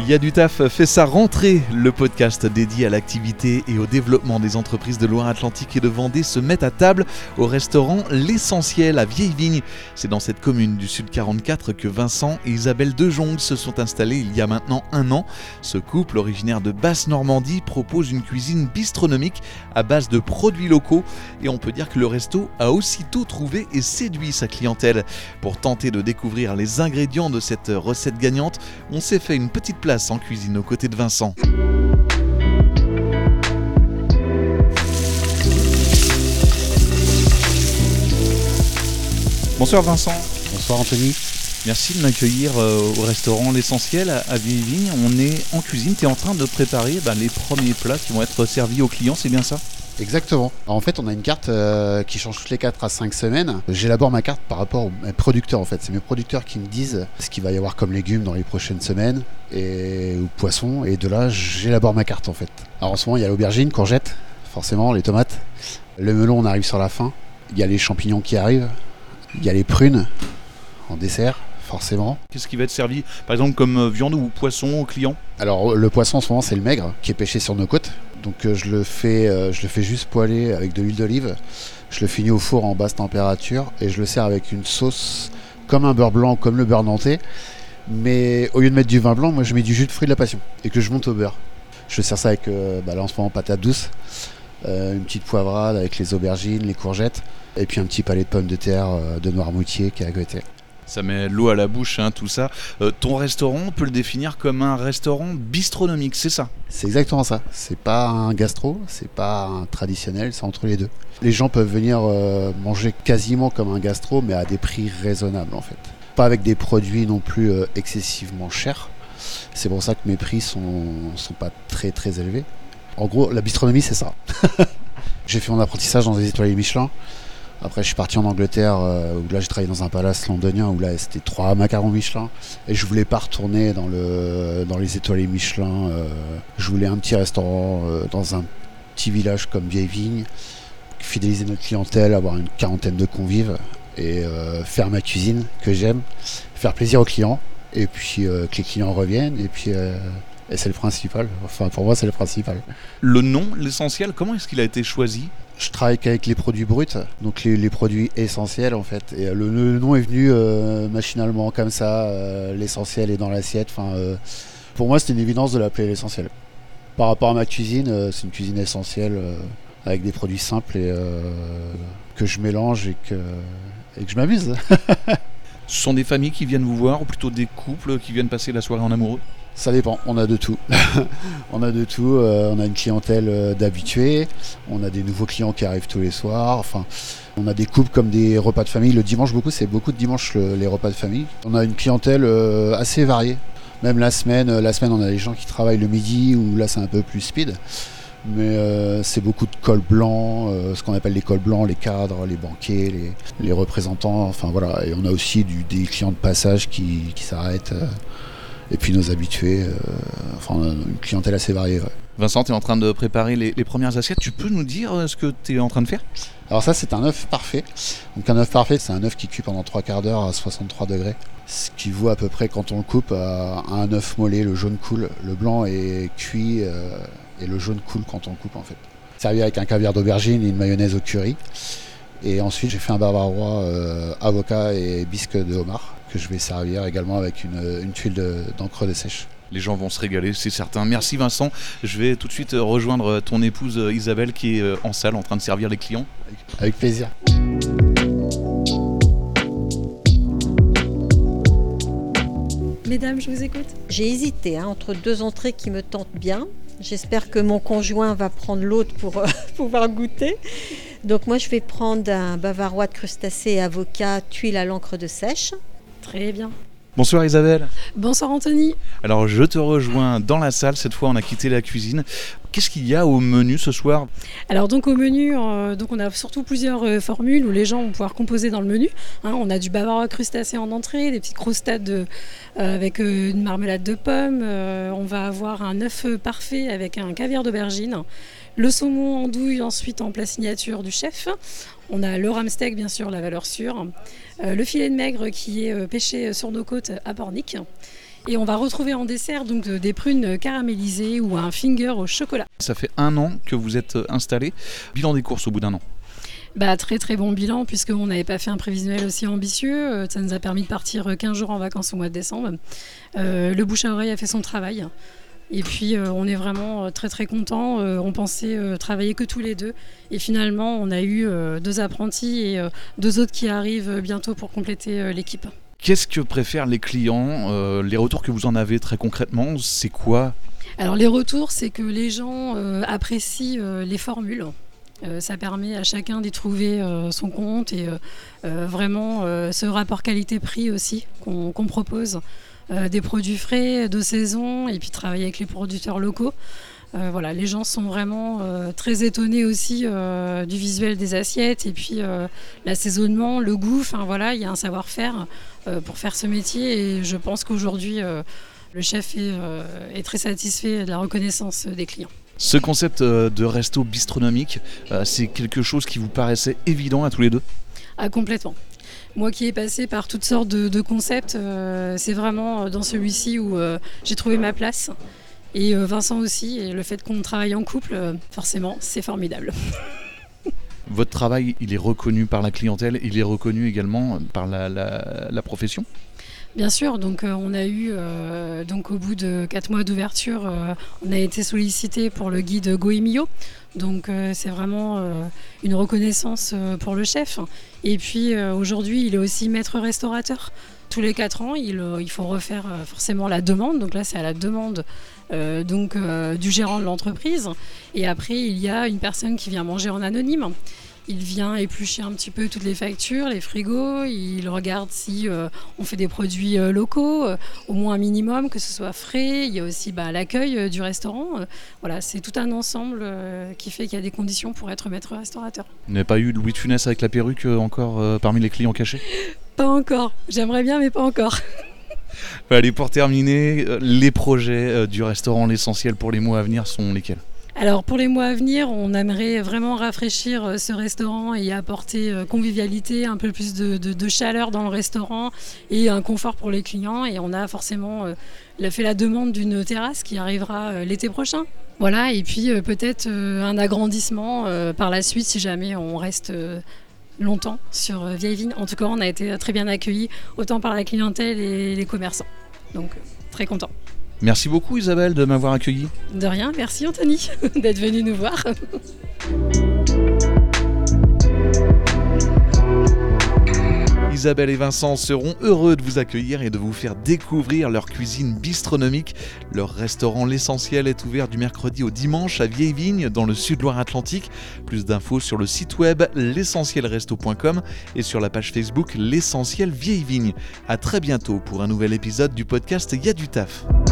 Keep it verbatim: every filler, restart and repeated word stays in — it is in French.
Il y a du taf, fait sa rentrée. Le podcast dédié à l'activité et au développement des entreprises de Loire-Atlantique et de Vendée se met à table au restaurant L'Essentiel à Vieille-Vigne. C'est dans cette commune du Sud quarante-quatre que Vincent et Isabelle Dejongle se sont installés il y a maintenant un an. Ce couple, originaire de Basse-Normandie, propose une cuisine bistronomique à base de produits locaux. Et on peut dire que le resto a aussitôt trouvé et séduit sa clientèle. Pour tenter de découvrir les ingrédients de cette recette gagnante, on s'est fait une petite place en cuisine aux côtés de Vincent. Bonsoir Vincent. Bonsoir Anthony. Merci de m'accueillir au restaurant L'Essentiel à Vieille-Vigne. On est en cuisine, tu es en train de préparer ben, les premiers plats qui vont être servis aux clients, c'est bien ça ? Exactement. En fait, on a une carte euh, qui change toutes les quatre à cinq semaines. J'élabore ma carte par rapport aux mes producteurs en fait. C'est mes producteurs qui me disent ce qu'il va y avoir comme légumes dans les prochaines semaines et ou poissons. Et de là, j'élabore ma carte en fait. Alors en ce moment, il y a l'aubergine, courgette, forcément, les tomates. Le melon, on arrive sur la fin. Il y a les champignons qui arrivent. Il y a les prunes en dessert, forcément. Qu'est-ce qui va être servi, par exemple, comme viande ou poisson aux clients ? Alors le poisson en ce moment, c'est le maigre qui est pêché sur nos côtes. Donc euh, je le fais, euh, je le fais juste poêler avec de l'huile d'olive. Je le finis au four en basse température et je le sers avec une sauce comme un beurre blanc, comme le beurre nantais. Mais au lieu de mettre du vin blanc, moi je mets du jus de fruits de la passion et que je monte au beurre. Je sers ça avec, euh, bah là en ce moment, patate douce, euh, une petite poivrade avec les aubergines, les courgettes et puis un petit palais de pommes de terre euh, de Noirmoutier qui est à côté. Ça met l'eau à la bouche, hein, tout ça. Euh, ton restaurant, on peut le définir comme un restaurant bistronomique, c'est ça ? C'est exactement ça. C'est pas un gastro, c'est pas un traditionnel, c'est entre les deux. Les gens peuvent venir euh, manger quasiment comme un gastro, mais à des prix raisonnables en fait. Pas avec des produits non plus euh, excessivement chers. C'est pour ça que mes prix sont, sont pas très très élevés. En gros, la bistronomie, c'est ça. J'ai fait mon apprentissage dans des étoiles Michelin. Après, je suis parti en Angleterre, euh, où là, j'ai travaillé dans un palace londonien, où là, c'était trois macarons Michelin. Et je voulais pas retourner dans, le, dans les étoilés Michelin. Euh, je voulais un petit restaurant euh, dans un petit village comme Vieille-Vigne, fidéliser notre clientèle, avoir une quarantaine de convives et euh, faire ma cuisine que j'aime, faire plaisir aux clients, et puis euh, que les clients reviennent, et puis... Euh, et c'est le principal. Enfin, pour moi, c'est le principal. Le nom, L'Essentiel, comment est-ce qu'il a été choisi ? Je travaille qu'avec les produits bruts, donc les, les produits essentiels en fait. Et le, le nom est venu euh, machinalement comme ça, euh, l'essentiel est dans l'assiette. Enfin, euh, pour moi, c'était une évidence de l'appeler L'Essentiel. Par rapport à ma cuisine, euh, c'est une cuisine essentielle euh, avec des produits simples et euh, que je mélange et que, et que je m'amuse. Ce sont des familles qui viennent vous voir ou plutôt des couples qui viennent passer la soirée en amoureux ? Ça dépend, on a de tout. on a de tout, euh, on a une clientèle euh, d'habitués, on a des nouveaux clients qui arrivent tous les soirs, enfin, on a des couples comme des repas de famille. Le dimanche, beaucoup, c'est beaucoup de dimanche le, les repas de famille. On a une clientèle euh, assez variée. Même la semaine, euh, la semaine, on a des gens qui travaillent le midi, où là c'est un peu plus speed. Mais euh, c'est beaucoup de cols blancs, euh, ce qu'on appelle les cols blancs, les cadres, les banquiers, les, les représentants, enfin voilà. Et on a aussi du, des clients de passage qui, qui s'arrêtent. Euh, Et puis nos habitués, euh, enfin une clientèle assez variée. Ouais. Vincent, tu es en train de préparer les, les premières assiettes. Tu peux nous dire ce que tu es en train de faire ? Alors ça, c'est un œuf parfait. Donc un œuf parfait, c'est un œuf qui cuit pendant trois quarts d'heure à soixante-trois degrés. Ce qui vaut à peu près, quand on le coupe, à, à un œuf mollet, le jaune coule. Le blanc est cuit euh, et le jaune coule quand on le coupe en fait. Servi avec un caviar d'aubergine et une mayonnaise au curry. Et ensuite, j'ai fait un bavarois euh, avocat et bisque de homard, que je vais servir également avec une, une tuile de, d'encre de sèche. Les gens vont se régaler, c'est certain. Merci Vincent. Je vais tout de suite rejoindre ton épouse Isabelle qui est en salle en train de servir les clients. Avec, avec plaisir. Mesdames, je vous écoute. J'ai hésité hein, entre deux entrées qui me tentent bien. J'espère que mon conjoint va prendre l'autre pour euh, pouvoir goûter. Donc moi, je vais prendre un bavarois de crustacés et avocat, tuile à l'encre de sèche. Très bien. Bonsoir Isabelle. Bonsoir Anthony. Alors je te rejoins dans la salle, cette fois on a quitté la cuisine. Qu'est-ce qu'il y a au menu ce soir ? Alors donc au menu, euh, donc on a surtout plusieurs euh, formules où les gens vont pouvoir composer dans le menu. Hein, on a du bavarois crustacé en entrée, des petites croustades de, euh, avec euh, une marmelade de pommes. Euh, on va avoir un œuf parfait avec un caviar d'aubergine. Le saumon en douille ensuite en plat signature du chef. On a le ramsteak bien sûr, la valeur sûre. Euh, le filet de maigre qui est euh, pêché sur nos côtes à Pornic. Et on va retrouver en dessert donc des prunes caramélisées ou un finger au chocolat. Ça fait un an que vous êtes installé. Bilan des courses au bout d'un an. Bah, très très bon bilan puisqu'on n'avait pas fait un prévisionnel aussi ambitieux. Ça nous a permis de partir quinze jours en vacances au mois de décembre. Euh, le bouche à oreille a fait son travail. Et puis euh, on est vraiment très très contents. Euh, on pensait euh, travailler que tous les deux. Et finalement on a eu euh, deux apprentis et euh, deux autres qui arrivent bientôt pour compléter euh, l'équipe. Qu'est-ce que préfèrent les clients ? euh, Les retours que vous en avez très concrètement, c'est quoi ? Alors les retours, c'est que les gens euh, apprécient euh, les formules. Euh, ça permet à chacun d'y trouver euh, son compte et euh, euh, vraiment euh, ce rapport qualité-prix aussi qu'on, qu'on propose. Euh, des produits frais, de saison et puis travailler avec les producteurs locaux. Euh, voilà, les gens sont vraiment euh, très étonnés aussi euh, du visuel des assiettes et puis euh, l'assaisonnement, le goût. Enfin voilà, il y a un savoir-faire euh, pour faire ce métier et je pense qu'aujourd'hui euh, le chef est, euh, est très satisfait de la reconnaissance des clients. Ce concept de resto bistronomique, c'est quelque chose qui vous paraissait évident à tous les deux ? Ah, complètement. Moi qui ai passé par toutes sortes de, de concepts, euh, c'est vraiment dans celui-ci où euh, j'ai trouvé ma place. Et euh, Vincent aussi, et le fait qu'on travaille en couple, euh, forcément, c'est formidable. Votre travail, il est reconnu par la clientèle, il est reconnu également par la, la, la profession ? Bien sûr, donc euh, on a eu, euh, donc au bout de quatre mois d'ouverture, euh, on a été sollicité pour le guide Goemio. Donc euh, c'est vraiment euh, une reconnaissance euh, pour le chef. Et puis euh, aujourd'hui, il est aussi maître restaurateur. Tous les quatre ans, il, euh, il faut refaire euh, forcément la demande. Donc là, c'est à la demande euh, donc, euh, du gérant de l'entreprise. Et après, il y a une personne qui vient manger en anonyme. Il vient éplucher un petit peu toutes les factures, les frigos, il regarde si euh, on fait des produits euh, locaux, euh, au moins un minimum, que ce soit frais. Il y a aussi bah, l'accueil euh, du restaurant. Euh, voilà, c'est tout un ensemble euh, qui fait qu'il y a des conditions pour être maître restaurateur. Vous n'avez pas eu Louis de Funès avec la perruque euh, encore euh, parmi les clients cachés ? Pas encore, j'aimerais bien mais pas encore. Allez, pour terminer, euh, les projets euh, du restaurant L'Essentiel pour les mois à venir sont lesquels ? Alors pour les mois à venir, on aimerait vraiment rafraîchir ce restaurant et apporter convivialité, un peu plus de, de, de chaleur dans le restaurant et un confort pour les clients. Et on a forcément euh, fait la demande d'une terrasse qui arrivera euh, l'été prochain. Voilà, et puis euh, peut-être euh, un agrandissement euh, par la suite si jamais on reste euh, longtemps sur euh, Vieille Vigne. En tout cas, on a été très bien accueillis, autant par la clientèle et les commerçants. Donc très content. Merci beaucoup Isabelle de m'avoir accueilli. De rien, merci Anthony d'être venu nous voir. Isabelle et Vincent seront heureux de vous accueillir et de vous faire découvrir leur cuisine bistronomique. Leur restaurant L'Essentiel est ouvert du mercredi au dimanche à Vieille Vigne dans le sud Loire-Atlantique. Plus d'infos sur le site web l'essentiel resto point com et sur la page Facebook L'Essentiel Vieille Vigne. À très bientôt pour un nouvel épisode du podcast Y a du taf.